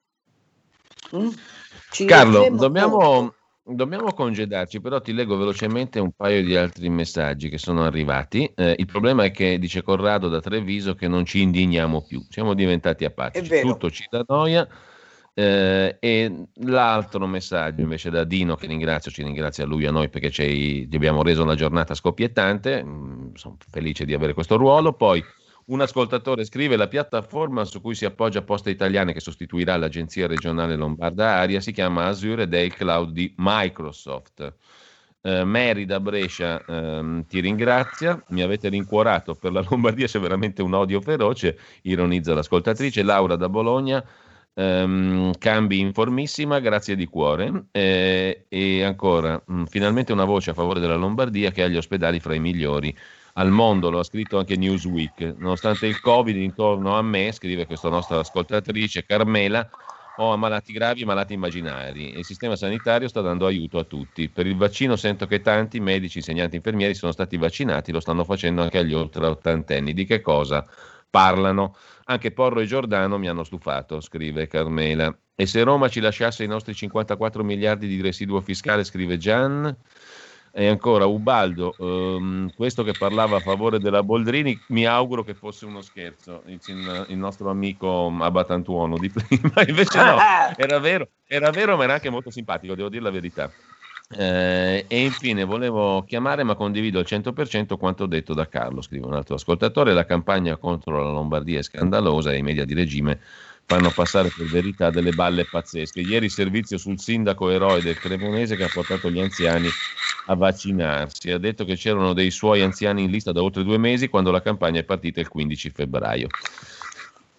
Carlo, dobbiamo congedarci, però ti leggo velocemente un paio di altri messaggi che sono arrivati. Il problema è che, dice Corrado da Treviso, che non ci indigniamo più, siamo diventati apatici, tutto ci dà noia. E l'altro messaggio invece da Dino, che ci ringrazia lui a noi perché gli abbiamo reso la giornata scoppiettante, sono felice di avere questo ruolo. Poi un ascoltatore scrive: la piattaforma su cui si appoggia Poste Italiane, che sostituirà l'agenzia regionale lombarda Aria, si chiama Azure ed è il cloud di Microsoft. Mary da Brescia ti ringrazia, mi avete rincuorato, per la Lombardia c'è veramente un odio feroce, ironizza l'ascoltatrice. Laura da Bologna: cambi informissima, grazie di cuore. E ancora, finalmente una voce a favore della Lombardia, che ha gli ospedali fra i migliori al mondo, lo ha scritto anche Newsweek. Nonostante il Covid intorno a me, scrive questa nostra ascoltatrice Carmela, ho ammalati gravi e malati immaginari e il sistema sanitario sta dando aiuto a tutti. Per il vaccino sento che tanti medici, insegnanti, infermieri sono stati vaccinati, lo stanno facendo anche agli oltre ottantenni. Di che cosa parlano? Anche Porro e Giordano mi hanno stufato, scrive Carmela. E se Roma ci lasciasse i nostri 54 miliardi di residuo fiscale, scrive Gian. E ancora Ubaldo, questo che parlava a favore della Boldrini, mi auguro che fosse uno scherzo, il nostro amico Abatantuono di prima, invece no, era vero, ma era anche molto simpatico, devo dire la verità. E infine volevo chiamare, ma condivido al 100% quanto detto da Carlo, scrive un altro ascoltatore: la campagna contro la Lombardia è scandalosa e i media di regime fanno passare per verità delle balle pazzesche. Ieri servizio sul sindaco eroe del Cremonese che ha portato gli anziani a vaccinarsi. Ha detto che c'erano dei suoi anziani in lista da oltre 2 mesi quando la campagna è partita il 15 febbraio.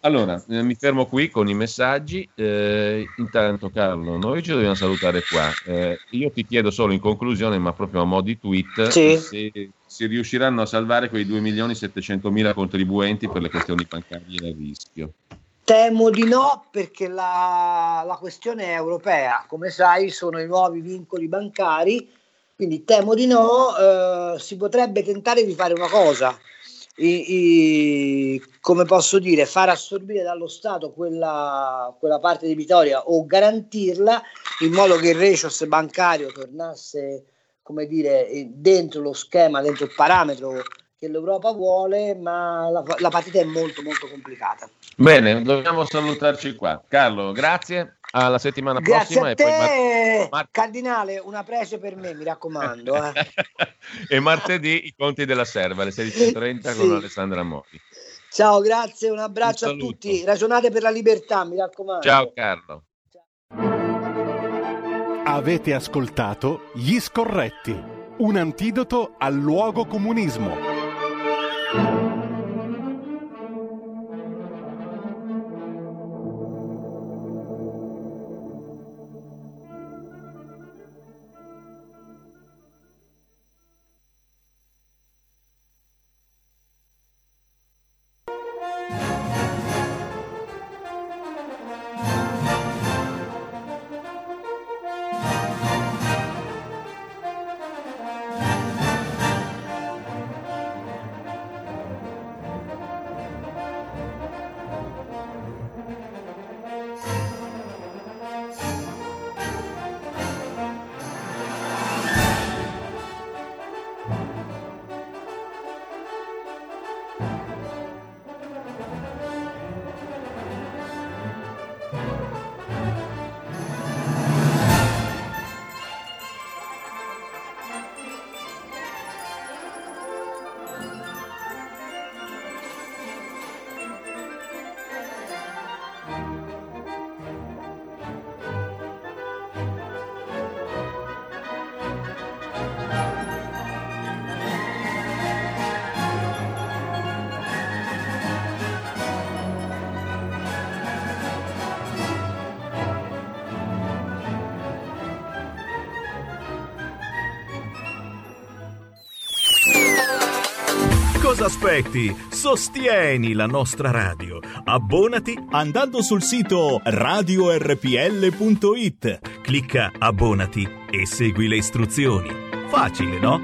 Allora, mi fermo qui con i messaggi. Intanto, Carlo, noi ci dobbiamo salutare qua. Io ti chiedo solo in conclusione, ma proprio a mo' di tweet, Sì. se si riusciranno a salvare quei 2.700.000 contribuenti per le questioni bancarie a rischio. Temo di no, perché la questione è europea. Come sai, sono i nuovi vincoli bancari, quindi temo di no. Si potrebbe tentare di fare una cosa. Come posso dire, far assorbire dallo Stato quella parte debitoria o garantirla in modo che il ratios bancario tornasse, come dire, dentro lo schema, dentro il parametro che l'Europa vuole, ma la partita è molto molto complicata. Bene, dobbiamo salutarci qua. Carlo, grazie, alla settimana prossima. Grazie a te, poi Cardinale, una prece per me, mi raccomando. E martedì i conti della serva alle 16.30 Sì. con Alessandra Mori. Ciao, grazie, un abbraccio Un a saluto. tutti, ragionate per la libertà, mi raccomando. Ciao Carlo. Avete ascoltato Gli Scorretti, un antidoto al luogo comunismo. Cosa aspetti? Sostieni la nostra radio. Abbonati andando sul sito radiorpl.it. Clicca abbonati e segui le istruzioni. Facile, no?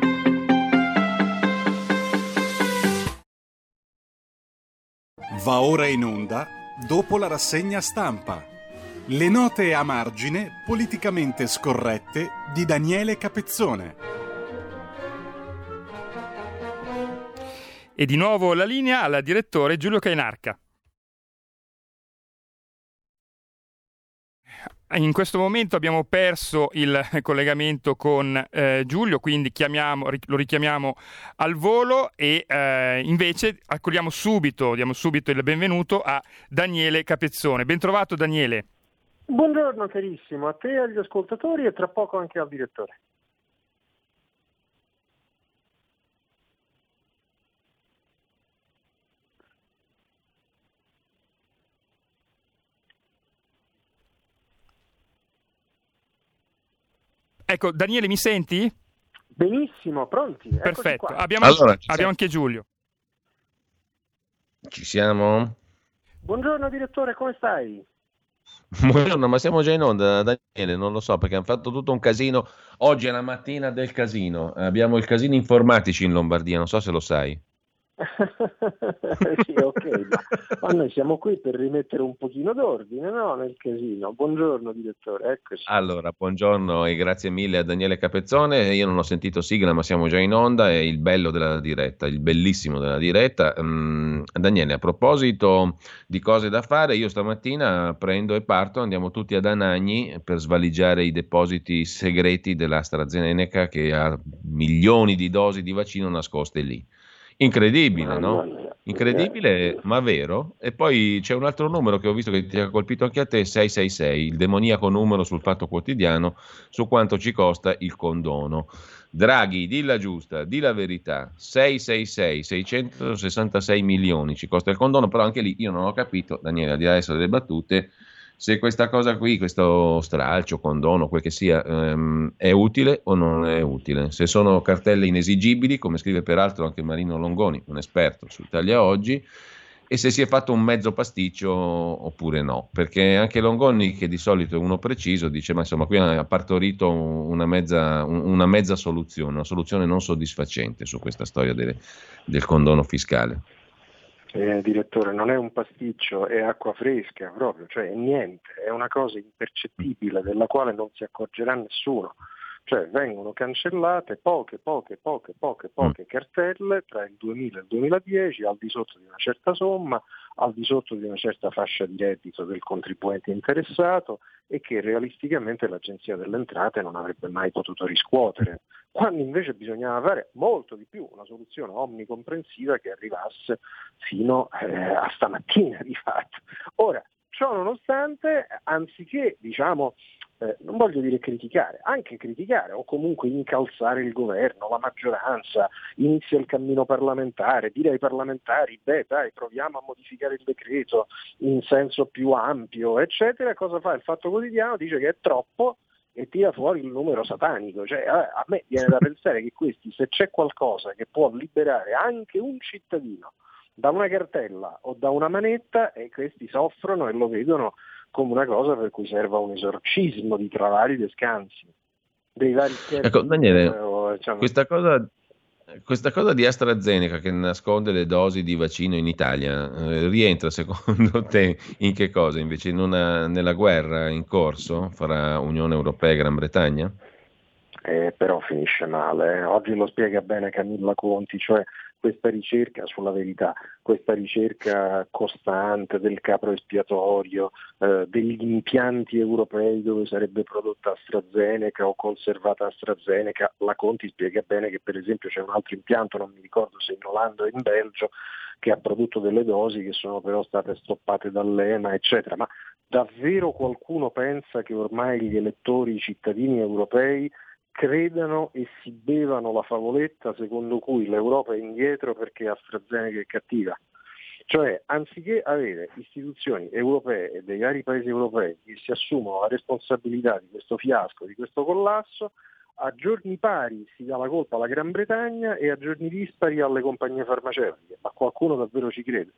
Va ora in onda, dopo la rassegna stampa, le note a margine politicamente scorrette di Daniele Capezzone. E di nuovo la linea al direttore Giulio Cainarca. In questo momento abbiamo perso il collegamento con Giulio, quindi lo richiamiamo al volo e invece diamo subito il benvenuto a Daniele Capezzone. Ben trovato Daniele. Buongiorno carissimo, a te e agli ascoltatori e tra poco anche al direttore. Ecco, Daniele, mi senti? Benissimo, pronti? Perfetto, Qua. abbiamo anche Giulio. Ci siamo? Buongiorno direttore, come stai? Buongiorno, ma siamo già in onda, Daniele, non lo so perché hanno fatto tutto un casino. Oggi è la mattina del casino, abbiamo il casino informatici in Lombardia, non so se lo sai. Sì, ok, ma noi siamo qui per rimettere un pochino d'ordine, no, nel casino. Buongiorno direttore, eccoci. Allora, buongiorno e grazie mille a Daniele Capezzone. Io non ho sentito sigla, ma siamo già in onda, è il bello della diretta, il bellissimo della diretta. Daniele, a proposito di cose da fare, io stamattina prendo e parto, andiamo tutti ad Anagni per svaligiare i depositi segreti dell'AstraZeneca che ha milioni di dosi di vaccino nascoste lì. Incredibile, no? Incredibile, ma vero. E poi c'è un altro numero che ho visto che ti ha colpito anche a te, 666, il demoniaco numero sul Fatto Quotidiano su quanto ci costa il condono. Draghi, di la giusta, di la verità, 666, 666 milioni ci costa il condono, però anche lì io non ho capito, Daniele, al di là adesso delle battute, se questa cosa qui, questo stralcio, condono, quel che sia, è utile o non è utile. Se sono cartelle inesigibili, come scrive peraltro anche Marino Longoni, un esperto su Italia Oggi, e se si è fatto un mezzo pasticcio oppure no. Perché anche Longoni, che di solito è uno preciso, dice, ma insomma, qui ha partorito una mezza soluzione, una soluzione non soddisfacente su questa storia del condono fiscale. Direttore, non è un pasticcio, è acqua fresca proprio, cioè è niente, è una cosa impercettibile della quale non si accorgerà nessuno. Cioè vengono cancellate poche cartelle tra il 2000 e il 2010 al di sotto di una certa somma, al di sotto di una certa fascia di reddito del contribuente interessato e che realisticamente l'Agenzia delle Entrate non avrebbe mai potuto riscuotere, quando invece bisognava fare molto di più, una soluzione omnicomprensiva che arrivasse fino a stamattina di fatto. Ora, ciò nonostante, anziché non voglio dire anche criticare o comunque incalzare il governo, la maggioranza, inizia il cammino parlamentare, dire ai parlamentari, proviamo a modificare il decreto in senso più ampio, eccetera, cosa fa il Fatto Quotidiano? Dice che è troppo e tira fuori il numero satanico. Cioè, a me viene da pensare che questi, se c'è qualcosa che può liberare anche un cittadino da una cartella o da una manetta, e questi soffrono e lo vedono come una cosa per cui serva un esorcismo di travali e scansi dei vari scherzi. Ecco, Daniele, questa cosa di AstraZeneca che nasconde le dosi di vaccino in Italia rientra secondo te in che cosa? Invece nella guerra in corso fra Unione Europea e Gran Bretagna? Però finisce male. Oggi lo spiega bene Camilla Conti, cioè questa ricerca sulla verità, questa ricerca costante del capro espiatorio, degli impianti europei dove sarebbe prodotta AstraZeneca o conservata AstraZeneca. La Conti spiega bene che per esempio c'è un altro impianto, non mi ricordo se in Olanda o in Belgio, che ha prodotto delle dosi che sono però state stoppate dall'EMA, eccetera. Ma davvero qualcuno pensa che ormai gli elettori, i cittadini europei credano e si bevano la favoletta secondo cui l'Europa è indietro perché AstraZeneca è cattiva? Cioè, anziché avere istituzioni europee e dei vari paesi europei che si assumono la responsabilità di questo fiasco, di questo collasso, a giorni pari si dà la colpa alla Gran Bretagna e a giorni dispari alle compagnie farmaceutiche. Ma qualcuno davvero ci crede?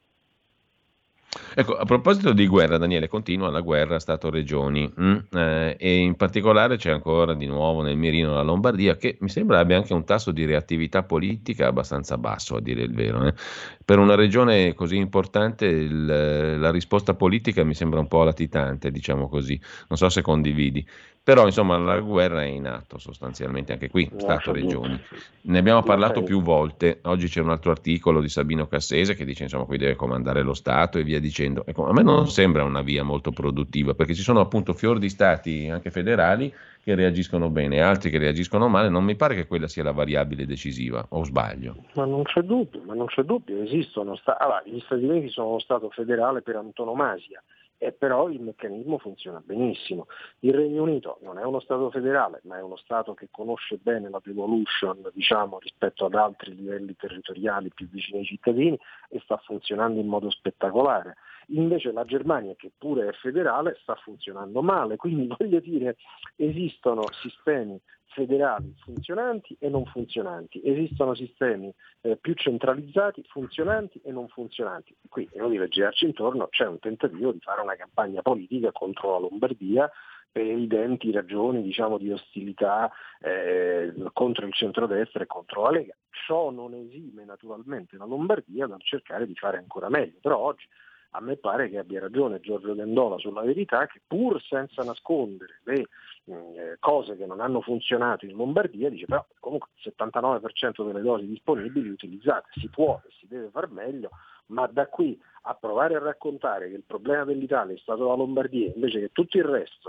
Ecco, a proposito di guerra, Daniele, continua la guerra Stato-Regioni e in particolare c'è ancora di nuovo nel mirino la Lombardia, che mi sembra abbia anche un tasso di reattività politica abbastanza basso, a dire il vero. Per una regione così importante la risposta politica mi sembra un po' latitante, diciamo così, non so se condividi. Però insomma la guerra è in atto sostanzialmente anche qui, Stato-Regioni. Ne abbiamo parlato più volte, oggi c'è un altro articolo di Sabino Cassese che dice insomma qui deve comandare lo Stato e via dicendo. Ecco, a me non sembra una via molto produttiva perché ci sono appunto fior di stati anche federali che reagiscono bene, altri che reagiscono male, non mi pare che quella sia la variabile decisiva, o sbaglio? Ma non c'è dubbio, esistono. Allora, gli Stati Uniti sono uno Stato federale per antonomasia. E però il meccanismo funziona benissimo. Il Regno Unito non è uno Stato federale, ma è uno Stato che conosce bene la devolution, diciamo, rispetto ad altri livelli territoriali più vicini ai cittadini e sta funzionando in modo spettacolare. Invece la Germania, che pure è federale, sta funzionando male. Quindi voglio dire, esistono sistemi federali funzionanti e non funzionanti, esistono sistemi più centralizzati, funzionanti e non funzionanti. Qui, inutile girarci intorno, c'è un tentativo di fare una campagna politica contro la Lombardia per evidenti ragioni, diciamo, di ostilità contro il centrodestra e contro la Lega. Ciò non esime naturalmente la Lombardia dal cercare di fare ancora meglio, però oggi a me pare che abbia ragione Giorgio Vendola sulla verità, che pur senza nascondere le cose che non hanno funzionato in Lombardia, dice però comunque il 79% delle dosi disponibili utilizzate, si può e si deve far meglio, ma da qui a provare a raccontare che il problema dell'Italia è stato la Lombardia invece che tutto il resto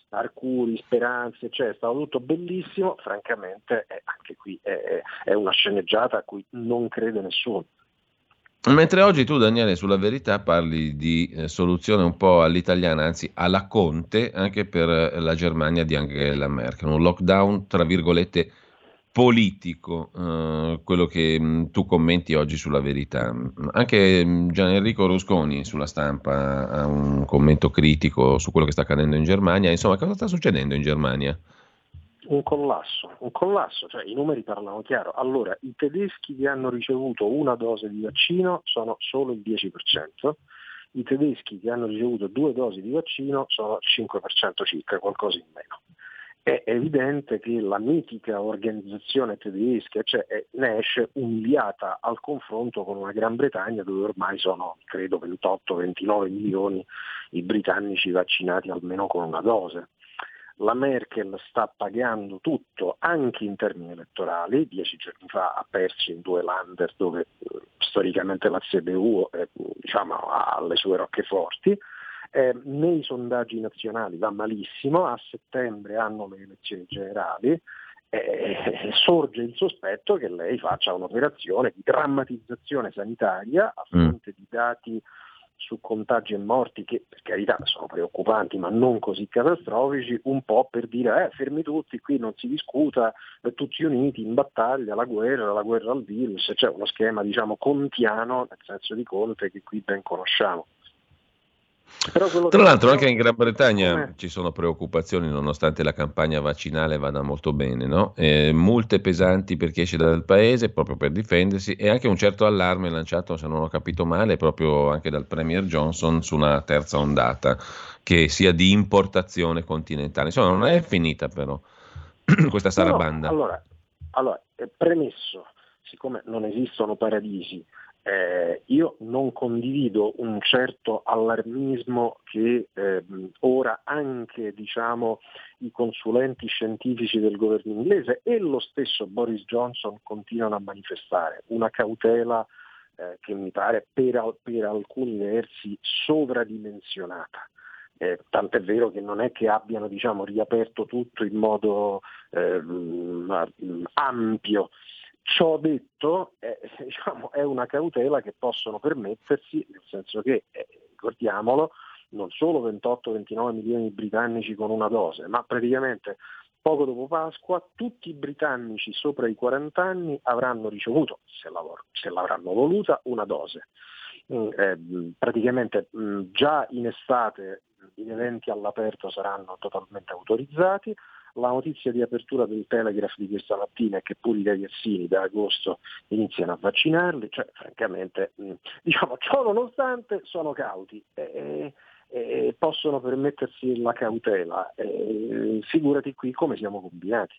Arcuri, speranze, cioè è stato tutto bellissimo, francamente anche qui è una sceneggiata a cui non crede nessuno. Mentre oggi tu, Daniele, sulla Verità parli di soluzione un po' all'italiana, anzi alla Conte, anche per la Germania di Angela Merkel, un lockdown tra virgolette politico, quello che tu commenti oggi sulla Verità. Anche Gian Enrico Rusconi sulla Stampa ha un commento critico su quello che sta accadendo in Germania. Insomma, cosa sta succedendo in Germania? Un collasso, cioè i numeri parlano chiaro. Allora, i tedeschi che hanno ricevuto una dose di vaccino sono solo il 10%, i tedeschi che hanno ricevuto 2 dosi di vaccino sono il 5% circa, qualcosa in meno. È evidente che la mitica organizzazione tedesca ne esce umiliata al confronto con una Gran Bretagna dove ormai sono, credo, 28-29 milioni i britannici vaccinati almeno con una dose. La Merkel sta pagando tutto anche in termini elettorali. 10 giorni fa ha perso in 2 Länder dove storicamente la CDU ha le sue roccheforti. Nei sondaggi nazionali va malissimo, a settembre hanno le elezioni generali, sorge il sospetto che lei faccia un'operazione di drammatizzazione sanitaria a fronte di dati su contagi e morti che per carità sono preoccupanti ma non così catastrofici, un po' per dire fermi tutti, qui non si discuta, tutti uniti in battaglia, la guerra al virus, c'è uno schema kantiano nel senso di Conte che qui ben conosciamo. Tra l'altro anche in Gran Bretagna ci sono preoccupazioni nonostante la campagna vaccinale vada molto bene, no? Multe pesanti per chi esce dal paese proprio per difendersi e anche un certo allarme lanciato, se non ho capito male, proprio anche dal Premier Johnson su una terza ondata che sia di importazione continentale. Insomma, non è finita però questa sarabanda. No, allora, premesso, siccome non esistono paradisi, io non condivido un certo allarmismo che ora anche i consulenti scientifici del governo inglese e lo stesso Boris Johnson continuano a manifestare, una cautela che mi pare per alcuni versi sovradimensionata. Tant'è vero che non è che abbiano riaperto tutto in modo ampio. Ciò detto, è una cautela che possono permettersi, nel senso che, ricordiamolo, non solo 28-29 milioni di britannici con una dose, ma praticamente poco dopo Pasqua tutti i britannici sopra i 40 anni avranno ricevuto, se l'avranno voluta, una dose. Praticamente già in estate gli eventi all'aperto saranno totalmente autorizzati. La notizia di apertura del Telegraph di questa mattina è che pure i ragazzini da agosto iniziano a vaccinarli, francamente, ciò nonostante sono cauti e possono permettersi la cautela. Figurati qui come siamo combinati.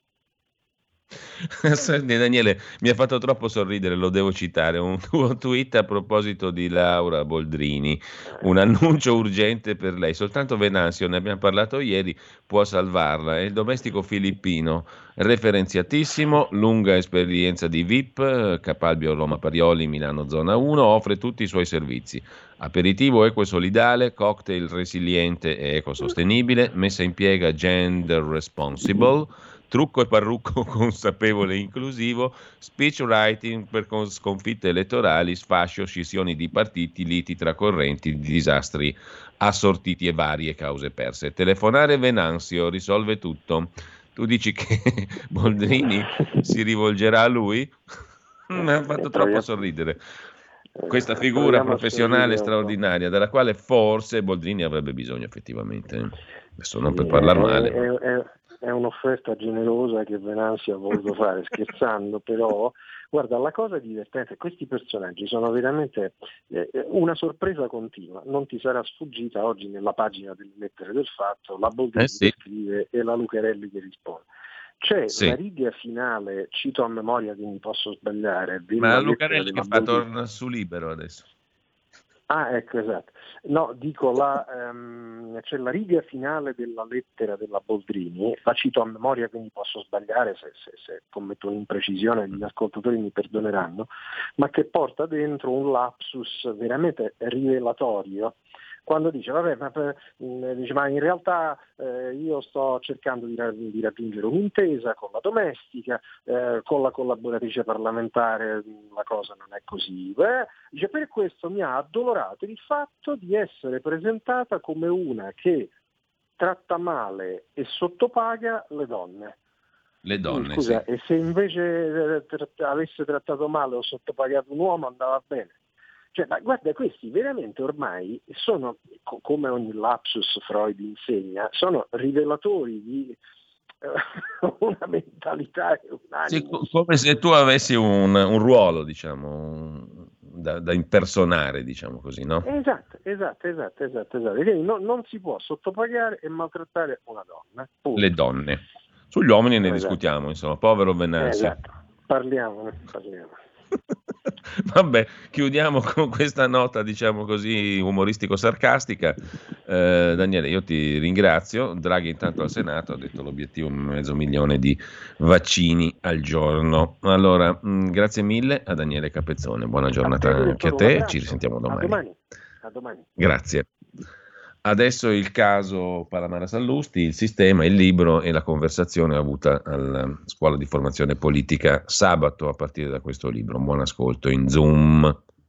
Daniele, mi ha fatto troppo sorridere, lo devo citare, un tuo tweet a proposito di Laura Boldrini, un annuncio urgente per lei, soltanto Venanzio, ne abbiamo parlato ieri, può salvarla, è il domestico filippino, referenziatissimo, lunga esperienza di VIP, Capalbio Roma Parioli, Milano Zona 1, offre tutti i suoi servizi, aperitivo equo e solidale, cocktail resiliente e ecosostenibile, messa in piega gender responsible, trucco e parrucco consapevole e inclusivo, speech writing per sconfitte elettorali, sfascio, scissioni di partiti, liti tra correnti, disastri assortiti e varie cause perse. Telefonare Venanzio risolve tutto. Tu dici che Boldrini si rivolgerà a lui? Mi ha fatto troppo sorridere. Questa figura professionale straordinaria, della quale forse Boldrini avrebbe bisogno effettivamente. Adesso non per parlare male. È un'offerta generosa che Venanzio ha voluto fare, scherzando, però guarda, la cosa divertente, questi personaggi sono veramente una sorpresa continua, non ti sarà sfuggita oggi nella pagina delle lettere del fatto, la Boldrini che scrive e la Lucarelli che risponde. C'è la riga finale, cito a memoria quindi posso sbagliare. Ma Lucarelli che fa torna su Libero adesso. Ah, ecco, esatto. No, dico, c'è la riga finale della lettera della Boldrini, la cito a memoria, quindi posso sbagliare se commetto un'imprecisione, gli ascoltatori mi perdoneranno, ma che porta dentro un lapsus veramente rivelatorio quando dice vabbè, ma in realtà io sto cercando di raggiungere un'intesa con la domestica, con la collaboratrice parlamentare la cosa non è così. Dice, per questo mi ha addolorato il fatto di essere presentata come una che tratta male e sottopaga le donne. Le donne, scusa, sì. E se invece avesse trattato male o sottopagato un uomo andava bene? Cioè, ma guarda, questi veramente ormai sono, come ogni lapsus Freud insegna, sono rivelatori di una mentalità e un animo. Sì, come se tu avessi un ruolo, diciamo, da impersonare, diciamo così, no? Esatto. Quindi non si può sottopagare e maltrattare una donna. Punto. Le donne. Sugli uomini ne discutiamo, insomma, povero Venanzi. Esatto, parliamo. Vabbè, chiudiamo con questa nota, diciamo così, umoristico-sarcastica. Daniele, io ti ringrazio. Draghi intanto al Senato ha detto l'obiettivo 500.000 di vaccini al giorno. Allora, grazie mille a Daniele Capezzone, buona giornata anche a te, ci risentiamo domani. A domani. Grazie. Adesso il caso Palamara Sallusti, il sistema, il libro e la conversazione avuta alla scuola di formazione politica sabato a partire da questo libro. Buon ascolto in Zoom.